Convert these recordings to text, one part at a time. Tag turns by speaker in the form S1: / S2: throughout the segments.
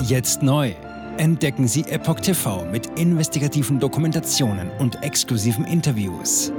S1: Jetzt neu. Entdecken Sie Epoch TV mit investigativen Dokumentationen und exklusiven Interviews.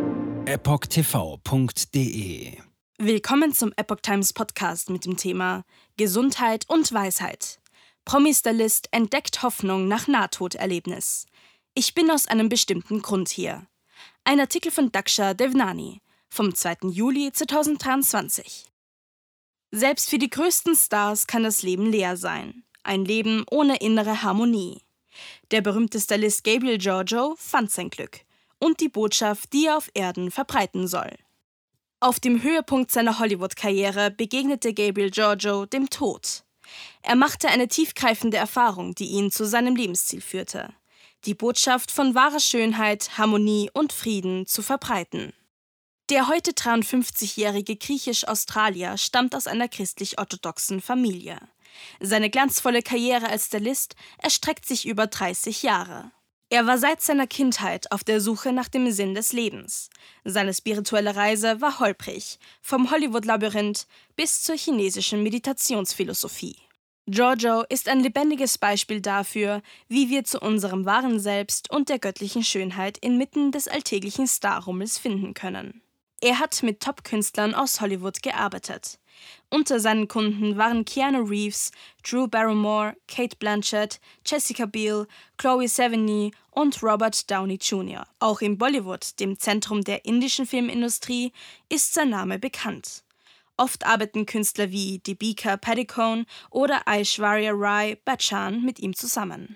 S1: EpochTV.de.
S2: Willkommen zum Epoch Times Podcast mit dem Thema Gesundheit und Weisheit. Promi-Stylist entdeckt Hoffnung nach Nahtoderlebnis. Ich bin aus einem bestimmten Grund hier. Ein Artikel von Daksha Devnani vom 2. Juli 2023. Selbst für die größten Stars kann das Leben leer sein. Ein Leben ohne innere Harmonie. Der berühmte Stylist Gabriel Giorgio fand sein Glück und die Botschaft, die er auf Erden verbreiten soll. Auf dem Höhepunkt seiner Hollywood-Karriere begegnete Gabriel Giorgio dem Tod. Er machte eine tiefgreifende Erfahrung, die ihn zu seinem Lebensziel führte: die Botschaft von wahrer Schönheit, Harmonie und Frieden zu verbreiten. Der heute 53-jährige Griechisch-Australier stammt aus einer christlich-orthodoxen Familie. Seine glanzvolle Karriere als Stylist erstreckt sich über 30 Jahre. Er war seit seiner Kindheit auf der Suche nach dem Sinn des Lebens. Seine spirituelle Reise war holprig, vom Hollywood-Labyrinth bis zur chinesischen Meditationsphilosophie. Giorgio ist ein lebendiges Beispiel dafür, wie wir zu unserem wahren Selbst und der göttlichen Schönheit inmitten des alltäglichen Starrummels finden können. Er hat mit Top-Künstlern aus Hollywood gearbeitet. Unter seinen Kunden waren Keanu Reeves, Drew Barrymore, Cate Blanchett, Jessica Biel, Chloe Sevigny und Robert Downey Jr. Auch in Bollywood, dem Zentrum der indischen Filmindustrie, ist sein Name bekannt. Oft arbeiten Künstler wie Deepika Padukone oder Aishwarya Rai Bachchan mit ihm zusammen.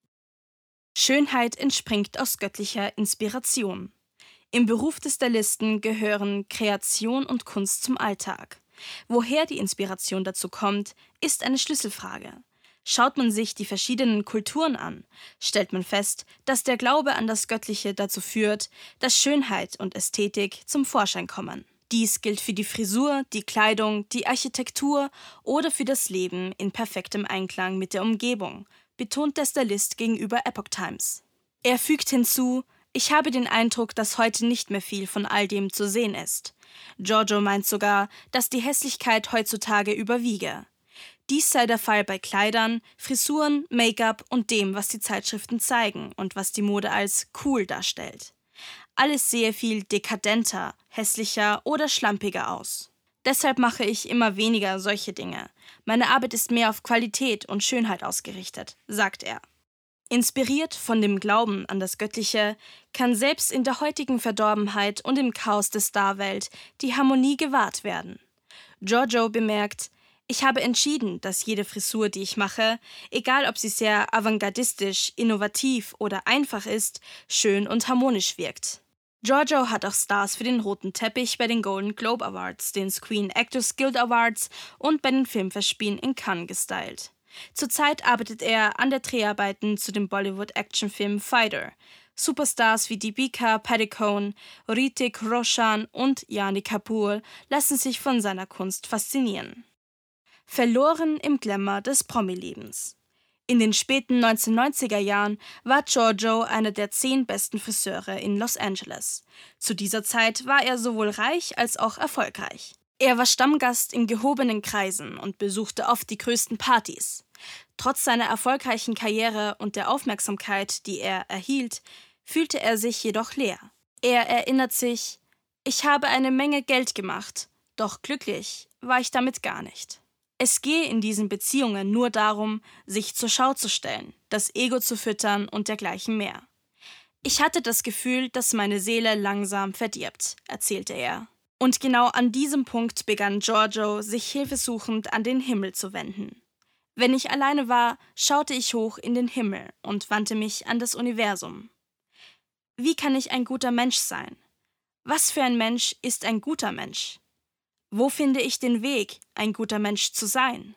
S2: Schönheit entspringt aus göttlicher Inspiration. Im Beruf des Stylisten gehören Kreation und Kunst zum Alltag. Woher die Inspiration dazu kommt, ist eine Schlüsselfrage. Schaut man sich die verschiedenen Kulturen an, stellt man fest, dass der Glaube an das Göttliche dazu führt, dass Schönheit und Ästhetik zum Vorschein kommen. Dies gilt für die Frisur, die Kleidung, die Architektur oder für das Leben in perfektem Einklang mit der Umgebung, betont der Stylist gegenüber Epoch Times. Er fügt hinzu: Ich habe den Eindruck, dass heute nicht mehr viel von all dem zu sehen ist. Giorgio meint sogar, dass die Hässlichkeit heutzutage überwiege. Dies sei der Fall bei Kleidern, Frisuren, Make-up und dem, was die Zeitschriften zeigen und was die Mode als cool darstellt. Alles sehe viel dekadenter, hässlicher oder schlampiger aus. Deshalb mache ich immer weniger solche Dinge. Meine Arbeit ist mehr auf Qualität und Schönheit ausgerichtet, sagt er. Inspiriert von dem Glauben an das Göttliche kann selbst in der heutigen Verdorbenheit und im Chaos der Starwelt die Harmonie gewahrt werden. Giorgio bemerkt: Ich habe entschieden, dass jede Frisur, die ich mache, egal ob sie sehr avantgardistisch, innovativ oder einfach ist, schön und harmonisch wirkt. Giorgio hat auch Stars für den roten Teppich bei den Golden Globe Awards, den Screen Actors Guild Awards und bei den Filmfestspielen in Cannes gestylt. Zurzeit arbeitet er an der Dreharbeiten zu dem Bollywood-Actionfilm Fighter. Superstars wie Deepika Padukone, Hrithik Roshan und Jani Kapoor lassen sich von seiner Kunst faszinieren. Verloren im Glamour des Promi-Lebens. In den späten 1990er Jahren war Giorgio einer der 10 besten Friseure in Los Angeles. Zu dieser Zeit war er sowohl reich als auch erfolgreich. Er war Stammgast in gehobenen Kreisen und besuchte oft die größten Partys. Trotz seiner erfolgreichen Karriere und der Aufmerksamkeit, die er erhielt, fühlte er sich jedoch leer. Er erinnert sich: Ich habe eine Menge Geld gemacht, doch glücklich war ich damit gar nicht. Es gehe in diesen Beziehungen nur darum, sich zur Schau zu stellen, das Ego zu füttern und dergleichen mehr. Ich hatte das Gefühl, dass meine Seele langsam verdirbt, erzählte er. Und genau an diesem Punkt begann Giorgio, sich hilfesuchend an den Himmel zu wenden. Wenn ich alleine war, schaute ich hoch in den Himmel und wandte mich an das Universum. Wie kann ich ein guter Mensch sein? Was für ein Mensch ist ein guter Mensch? Wo finde ich den Weg, ein guter Mensch zu sein?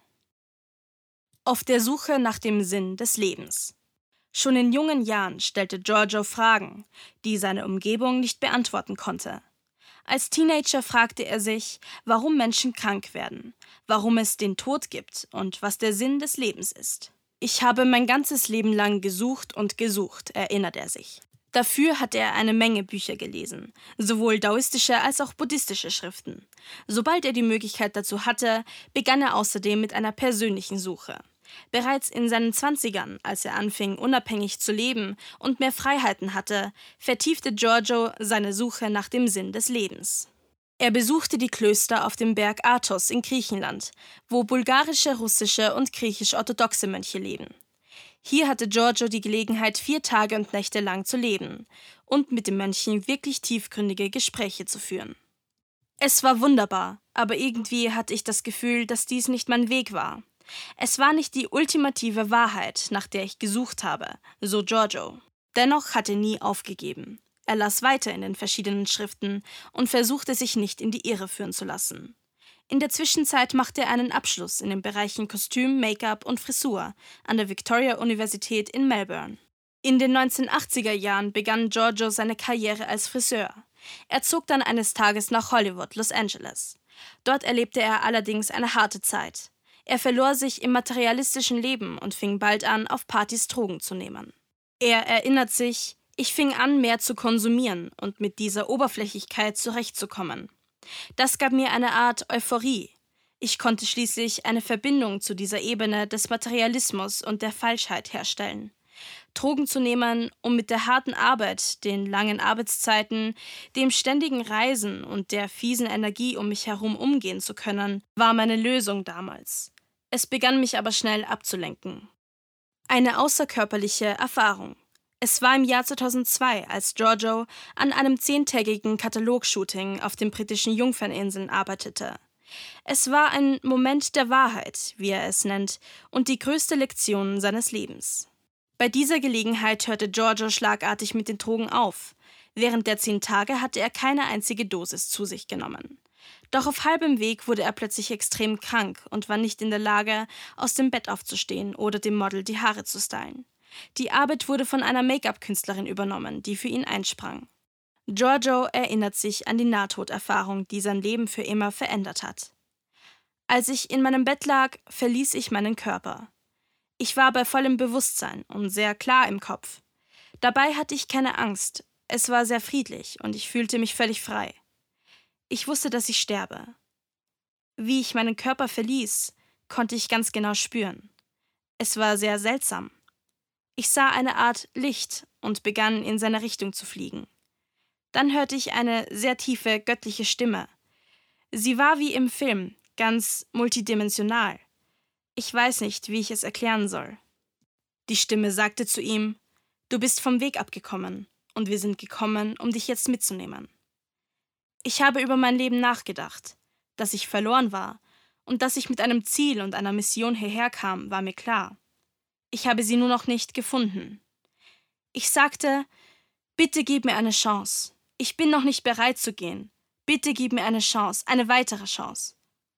S2: Auf der Suche nach dem Sinn des Lebens. Schon in jungen Jahren stellte Giorgio Fragen, die seine Umgebung nicht beantworten konnte. Als Teenager fragte er sich, warum Menschen krank werden, warum es den Tod gibt und was der Sinn des Lebens ist. Ich habe mein ganzes Leben lang gesucht und gesucht, erinnert er sich. Dafür hat er eine Menge Bücher gelesen, sowohl daoistische als auch buddhistische Schriften. Sobald er die Möglichkeit dazu hatte, begann er außerdem mit einer persönlichen Suche. Bereits in seinen 20ern, als er anfing, unabhängig zu leben und mehr Freiheiten hatte, vertiefte Giorgio seine Suche nach dem Sinn des Lebens. Er besuchte die Klöster auf dem Berg Athos in Griechenland, wo bulgarische, russische und griechisch-orthodoxe Mönche leben. Hier hatte Giorgio die Gelegenheit, 4 Tage und Nächte lang zu leben und mit den Mönchen wirklich tiefgründige Gespräche zu führen. Es war wunderbar, aber irgendwie hatte ich das Gefühl, dass dies nicht mein Weg war. Es war nicht die ultimative Wahrheit, nach der ich gesucht habe, so Giorgio. Dennoch hat er nie aufgegeben. Er las weiter in den verschiedenen Schriften und versuchte sich nicht in die Irre führen zu lassen. In der Zwischenzeit machte er einen Abschluss in den Bereichen Kostüm, Make-up und Frisur an der Victoria-Universität in Melbourne. In den 1980er Jahren begann Giorgio seine Karriere als Friseur. Er zog dann eines Tages nach Hollywood, Los Angeles. Dort erlebte er allerdings eine harte Zeit. Er verlor sich im materialistischen Leben und fing bald an, auf Partys Drogen zu nehmen. Er erinnert sich: Ich fing an, mehr zu konsumieren und mit dieser Oberflächlichkeit zurechtzukommen. Das gab mir eine Art Euphorie. Ich konnte schließlich eine Verbindung zu dieser Ebene des Materialismus und der Falschheit herstellen. Drogen zu nehmen, um mit der harten Arbeit, den langen Arbeitszeiten, dem ständigen Reisen und der fiesen Energie um mich herum umgehen zu können, war meine Lösung damals. Es begann mich aber schnell abzulenken. Eine außerkörperliche Erfahrung. Es war im Jahr 2002, als Giorgio an einem 10-tägigen Katalogshooting auf den britischen Jungferninseln arbeitete. Es war ein Moment der Wahrheit, wie er es nennt, und die größte Lektion seines Lebens. Bei dieser Gelegenheit hörte Giorgio schlagartig mit den Drogen auf. Während der 10 Tage hatte er keine einzige Dosis zu sich genommen. Doch auf halbem Weg wurde er plötzlich extrem krank und war nicht in der Lage, aus dem Bett aufzustehen oder dem Model die Haare zu stylen. Die Arbeit wurde von einer Make-up-Künstlerin übernommen, die für ihn einsprang. Giorgio erinnert sich an die Nahtoderfahrung, die sein Leben für immer verändert hat. Als ich in meinem Bett lag, verließ ich meinen Körper. Ich war bei vollem Bewusstsein und sehr klar im Kopf. Dabei hatte ich keine Angst, es war sehr friedlich und ich fühlte mich völlig frei. Ich wusste, dass ich sterbe. Wie ich meinen Körper verließ, konnte ich ganz genau spüren. Es war sehr seltsam. Ich sah eine Art Licht und begann, in seine Richtung zu fliegen. Dann hörte ich eine sehr tiefe, göttliche Stimme. Sie war wie im Film, ganz multidimensional. Ich weiß nicht, wie ich es erklären soll. Die Stimme sagte zu ihm: Du bist vom Weg abgekommen und wir sind gekommen, um dich jetzt mitzunehmen. Ich habe über mein Leben nachgedacht. Dass ich verloren war und dass ich mit einem Ziel und einer Mission hierher kam, war mir klar. Ich habe sie nur noch nicht gefunden. Ich sagte: Bitte gib mir eine Chance. Ich bin noch nicht bereit zu gehen. Bitte gib mir eine Chance, eine weitere Chance.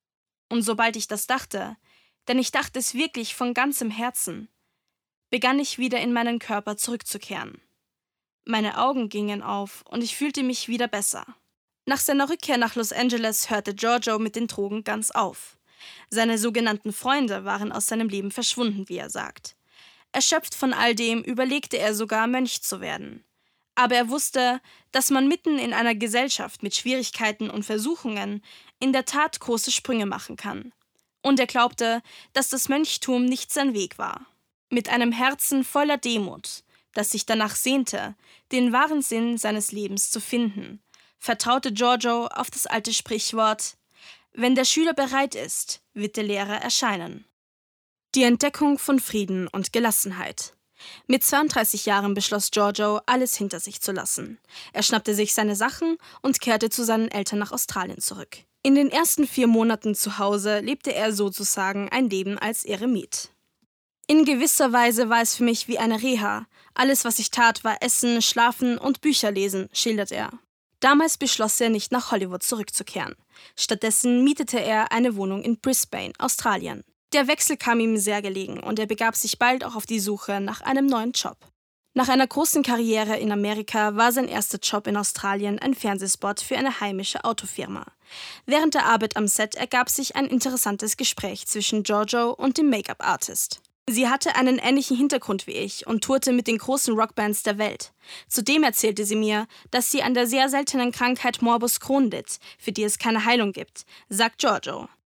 S2: Und sobald ich das dachte, denn ich dachte es wirklich von ganzem Herzen, begann ich wieder in meinen Körper zurückzukehren. Meine Augen gingen auf und ich fühlte mich wieder besser. Nach seiner Rückkehr nach Los Angeles hörte Giorgio mit den Drogen ganz auf. Seine sogenannten Freunde waren aus seinem Leben verschwunden, wie er sagt. Erschöpft von all dem überlegte er sogar, Mönch zu werden. Aber er wusste, dass man mitten in einer Gesellschaft mit Schwierigkeiten und Versuchungen in der Tat große Sprünge machen kann. Und er glaubte, dass das Mönchtum nicht sein Weg war. Mit einem Herzen voller Demut, das sich danach sehnte, den wahren Sinn seines Lebens zu finden, vertraute Giorgio auf das alte Sprichwort: Wenn der Schüler bereit ist, wird der Lehrer erscheinen. Die Entdeckung von Frieden und Gelassenheit. Mit 32 Jahren beschloss Giorgio, alles hinter sich zu lassen. Er schnappte sich seine Sachen und kehrte zu seinen Eltern nach Australien zurück. In den ersten 4 Monaten zu Hause lebte er sozusagen ein Leben als Eremit. In gewisser Weise war es für mich wie eine Reha. Alles, was ich tat, war Essen, Schlafen und Bücher lesen, schildert er. Damals beschloss er, nicht nach Hollywood zurückzukehren. Stattdessen mietete er eine Wohnung in Brisbane, Australien. Der Wechsel kam ihm sehr gelegen und er begab sich bald auch auf die Suche nach einem neuen Job. Nach einer großen Karriere in Amerika war sein erster Job in Australien ein Fernsehspot für eine heimische Autofirma. Während der Arbeit am Set ergab sich ein interessantes Gespräch zwischen Giorgio und dem Make-up-Artist. Sie hatte einen ähnlichen Hintergrund wie ich und tourte mit den großen Rockbands der Welt. Zudem erzählte sie mir, dass sie an der sehr seltenen Krankheit Morbus Crohn litt, für die es keine Heilung gibt, sagt Giorgio.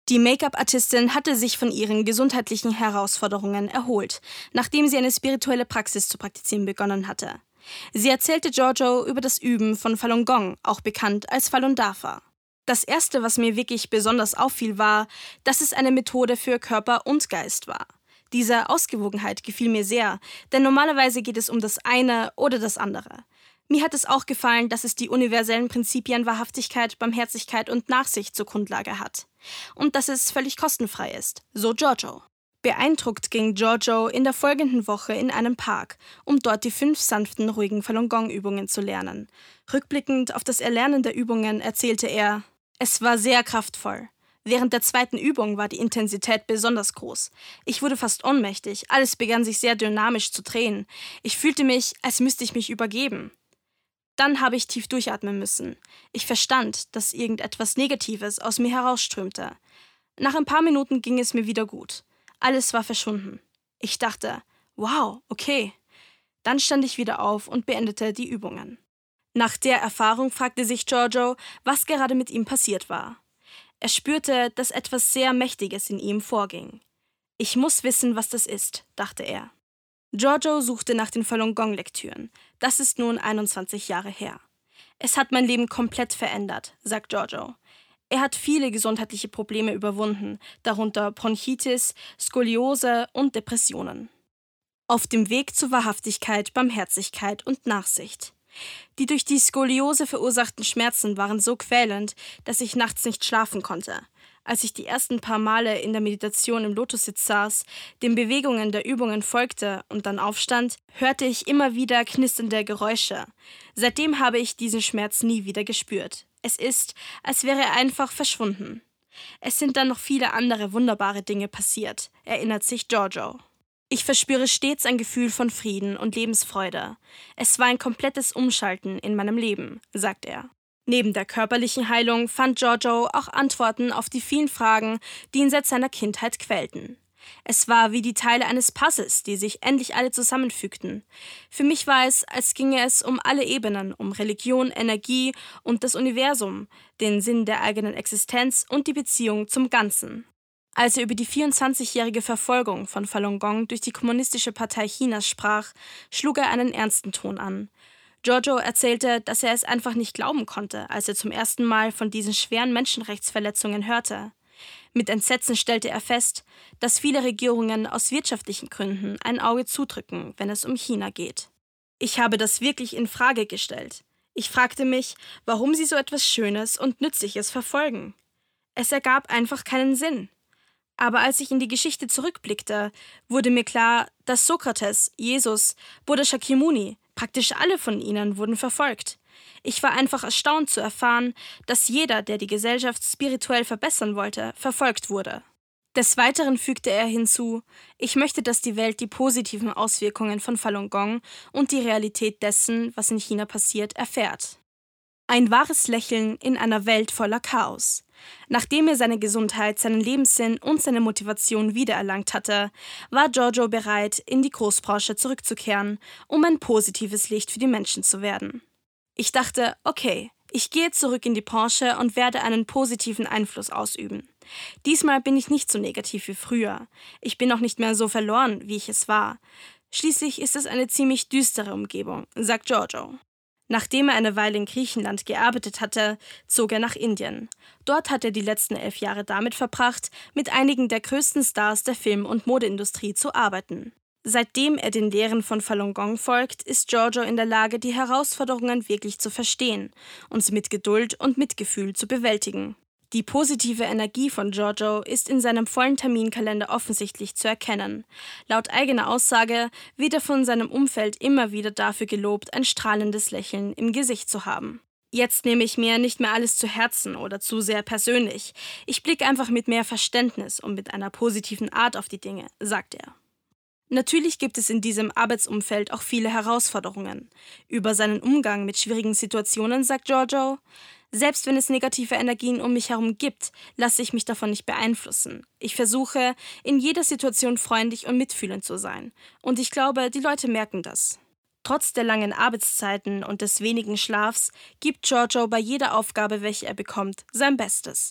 S2: Die Make-up-Artistin hatte sich von ihren gesundheitlichen Herausforderungen erholt, nachdem sie eine spirituelle Praxis zu praktizieren begonnen hatte. Sie erzählte Giorgio über das Üben von Falun Gong, auch bekannt als Falun Dafa. Das Erste, was mir wirklich besonders auffiel, war, dass es eine Methode für Körper und Geist war. Diese Ausgewogenheit gefiel mir sehr, denn normalerweise geht es um das eine oder das andere. Mir hat es auch gefallen, dass es die universellen Prinzipien Wahrhaftigkeit, Barmherzigkeit und Nachsicht zur Grundlage hat. Und dass es völlig kostenfrei ist, so Giorgio. Beeindruckt ging Giorgio in der folgenden Woche in einen Park, um dort die 5 sanften, ruhigen Falun Gong-Übungen zu lernen. Rückblickend auf das Erlernen der Übungen erzählte er: Es war sehr kraftvoll. Während der 2. Übung war die Intensität besonders groß. Ich wurde fast ohnmächtig, alles begann sich sehr dynamisch zu drehen. Ich fühlte mich, als müsste ich mich übergeben. Dann habe ich tief durchatmen müssen. Ich verstand, dass irgendetwas Negatives aus mir herausströmte. Nach ein paar Minuten ging es mir wieder gut. Alles war verschwunden. Ich dachte, wow, okay. Dann stand ich wieder auf und beendete die Übungen. Nach der Erfahrung fragte sich Giorgio, was gerade mit ihm passiert war. Er spürte, dass etwas sehr Mächtiges in ihm vorging. Ich muss wissen, was das ist, dachte er. Giorgio suchte nach den Falun Gong-Lektüren. Das ist nun 21 Jahre her. Es hat mein Leben komplett verändert, sagt Giorgio. Er hat viele gesundheitliche Probleme überwunden, darunter Bronchitis, Skoliose und Depressionen. Auf dem Weg zu Wahrhaftigkeit, Barmherzigkeit und Nachsicht. Die durch die Skoliose verursachten Schmerzen waren so quälend, dass ich nachts nicht schlafen konnte. Als ich die ersten paar Male in der Meditation im Lotussitz saß, den Bewegungen der Übungen folgte und dann aufstand, hörte ich immer wieder knisternde Geräusche. Seitdem habe ich diesen Schmerz nie wieder gespürt. Es ist, als wäre er einfach verschwunden. Es sind dann noch viele andere wunderbare Dinge passiert, erinnert sich Giorgio. Ich verspüre stets ein Gefühl von Frieden und Lebensfreude. Es war ein komplettes Umschalten in meinem Leben, sagt er. Neben der körperlichen Heilung fand Giorgio auch Antworten auf die vielen Fragen, die ihn seit seiner Kindheit quälten. Es war wie die Teile eines Puzzles, die sich endlich alle zusammenfügten. Für mich war es, als ginge es um alle Ebenen, um Religion, Energie und das Universum, den Sinn der eigenen Existenz und die Beziehung zum Ganzen. Als er über die 24-jährige Verfolgung von Falun Gong durch die Kommunistische Partei Chinas sprach, schlug er einen ernsten Ton an. Giorgio erzählte, dass er es einfach nicht glauben konnte, als er zum ersten Mal von diesen schweren Menschenrechtsverletzungen hörte. Mit Entsetzen stellte er fest, dass viele Regierungen aus wirtschaftlichen Gründen ein Auge zudrücken, wenn es um China geht. Ich habe das wirklich in Frage gestellt. Ich fragte mich, warum sie so etwas Schönes und Nützliches verfolgen. Es ergab einfach keinen Sinn. Aber als ich in die Geschichte zurückblickte, wurde mir klar, dass Sokrates, Jesus, Buddha Shakyamuni, praktisch alle von ihnen wurden verfolgt. Ich war einfach erstaunt zu erfahren, dass jeder, der die Gesellschaft spirituell verbessern wollte, verfolgt wurde. Des Weiteren fügte er hinzu, ich möchte, dass die Welt die positiven Auswirkungen von Falun Gong und die Realität dessen, was in China passiert, erfährt. Ein wahres Lächeln in einer Welt voller Chaos. Nachdem er seine Gesundheit, seinen Lebenssinn und seine Motivation wiedererlangt hatte, war Giorgio bereit, in die Großbranche zurückzukehren, um ein positives Licht für die Menschen zu werden. Ich dachte, okay, ich gehe zurück in die Branche und werde einen positiven Einfluss ausüben. Diesmal bin ich nicht so negativ wie früher. Ich bin auch nicht mehr so verloren, wie ich es war. Schließlich ist es eine ziemlich düstere Umgebung, sagt Giorgio. Nachdem er eine Weile in Griechenland gearbeitet hatte, zog er nach Indien. Dort hat er die letzten 11 Jahre damit verbracht, mit einigen der größten Stars der Film- und Modeindustrie zu arbeiten. Seitdem er den Lehren von Falun Gong folgt, ist Giorgio in der Lage, die Herausforderungen wirklich zu verstehen und sie mit Geduld und Mitgefühl zu bewältigen. Die positive Energie von Giorgio ist in seinem vollen Terminkalender offensichtlich zu erkennen. Laut eigener Aussage wird er von seinem Umfeld immer wieder dafür gelobt, ein strahlendes Lächeln im Gesicht zu haben. Jetzt nehme ich mir nicht mehr alles zu Herzen oder zu sehr persönlich. Ich blicke einfach mit mehr Verständnis und mit einer positiven Art auf die Dinge, sagt er. Natürlich gibt es in diesem Arbeitsumfeld auch viele Herausforderungen. Über seinen Umgang mit schwierigen Situationen sagt Giorgio: Selbst wenn es negative Energien um mich herum gibt, lasse ich mich davon nicht beeinflussen. Ich versuche, in jeder Situation freundlich und mitfühlend zu sein. Und ich glaube, die Leute merken das. Trotz der langen Arbeitszeiten und des wenigen Schlafs gibt Giorgio bei jeder Aufgabe, welche er bekommt, sein Bestes.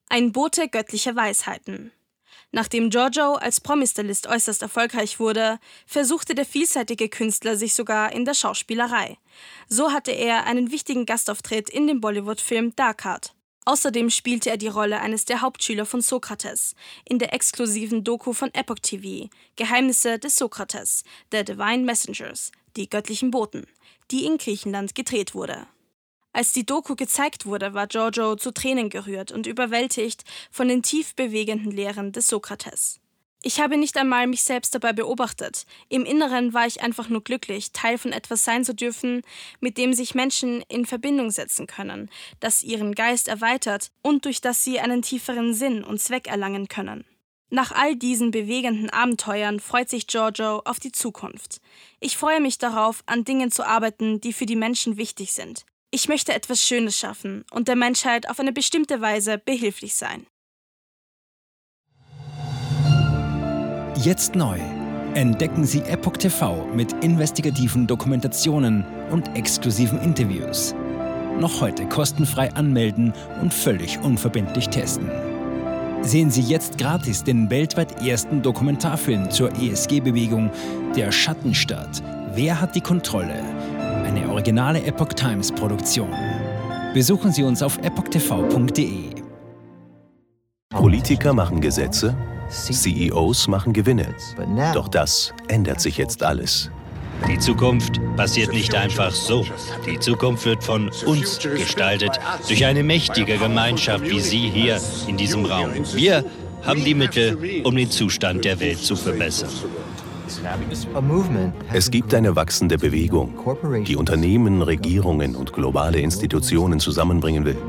S2: Ein Bote göttlicher Weisheiten. Nachdem Giorgio als Promi-Stylist äußerst erfolgreich wurde, versuchte der vielseitige Künstler sich sogar in der Schauspielerei. So hatte er einen wichtigen Gastauftritt in dem Bollywood-Film Dark Heart. Außerdem spielte er die Rolle eines der Hauptschüler von Sokrates in der exklusiven Doku von Epoch TV, Geheimnisse des Sokrates, The Divine Messengers, die göttlichen Boten, die in Griechenland gedreht wurde. Als die Doku gezeigt wurde, war Giorgio zu Tränen gerührt und überwältigt von den tief bewegenden Lehren des Sokrates. Ich habe nicht einmal mich selbst dabei beobachtet. Im Inneren war ich einfach nur glücklich, Teil von etwas sein zu dürfen, mit dem sich Menschen in Verbindung setzen können, das ihren Geist erweitert und durch das sie einen tieferen Sinn und Zweck erlangen können. Nach all diesen bewegenden Abenteuern freut sich Giorgio auf die Zukunft. Ich freue mich darauf, an Dingen zu arbeiten, die für die Menschen wichtig sind. Ich möchte etwas Schönes schaffen und der Menschheit auf eine bestimmte Weise behilflich sein.
S1: Jetzt neu. Entdecken Sie Epoch TV mit investigativen Dokumentationen und exklusiven Interviews. Noch heute kostenfrei anmelden und völlig unverbindlich testen. Sehen Sie jetzt gratis den weltweit ersten Dokumentarfilm zur ESG-Bewegung Der Schattenstaat. Wer hat die Kontrolle? Eine originale Epoch Times Produktion. Besuchen Sie uns auf epochtv.de.
S3: Politiker machen Gesetze, CEOs machen Gewinne. Doch das ändert sich jetzt alles.
S4: Die Zukunft passiert nicht einfach so. Die Zukunft wird von uns gestaltet, durch eine mächtige Gemeinschaft wie Sie hier in diesem Raum. Wir haben die Mittel, um den Zustand der Welt zu verbessern.
S3: Es gibt eine wachsende Bewegung, die Unternehmen, Regierungen und globale Institutionen zusammenbringen will.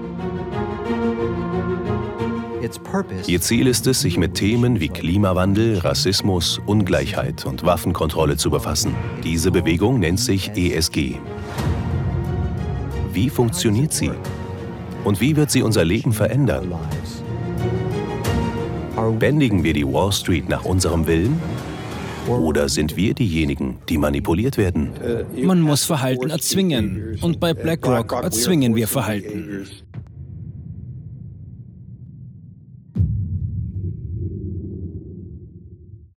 S3: Ihr Ziel ist es, sich mit Themen wie Klimawandel, Rassismus, Ungleichheit und Waffenkontrolle zu befassen. Diese Bewegung nennt sich ESG. Wie funktioniert sie? Und wie wird sie unser Leben verändern? Bändigen wir die Wall Street nach unserem Willen? Oder sind wir diejenigen, die manipuliert werden?
S1: Man muss Verhalten erzwingen. Und bei BlackRock erzwingen wir Verhalten.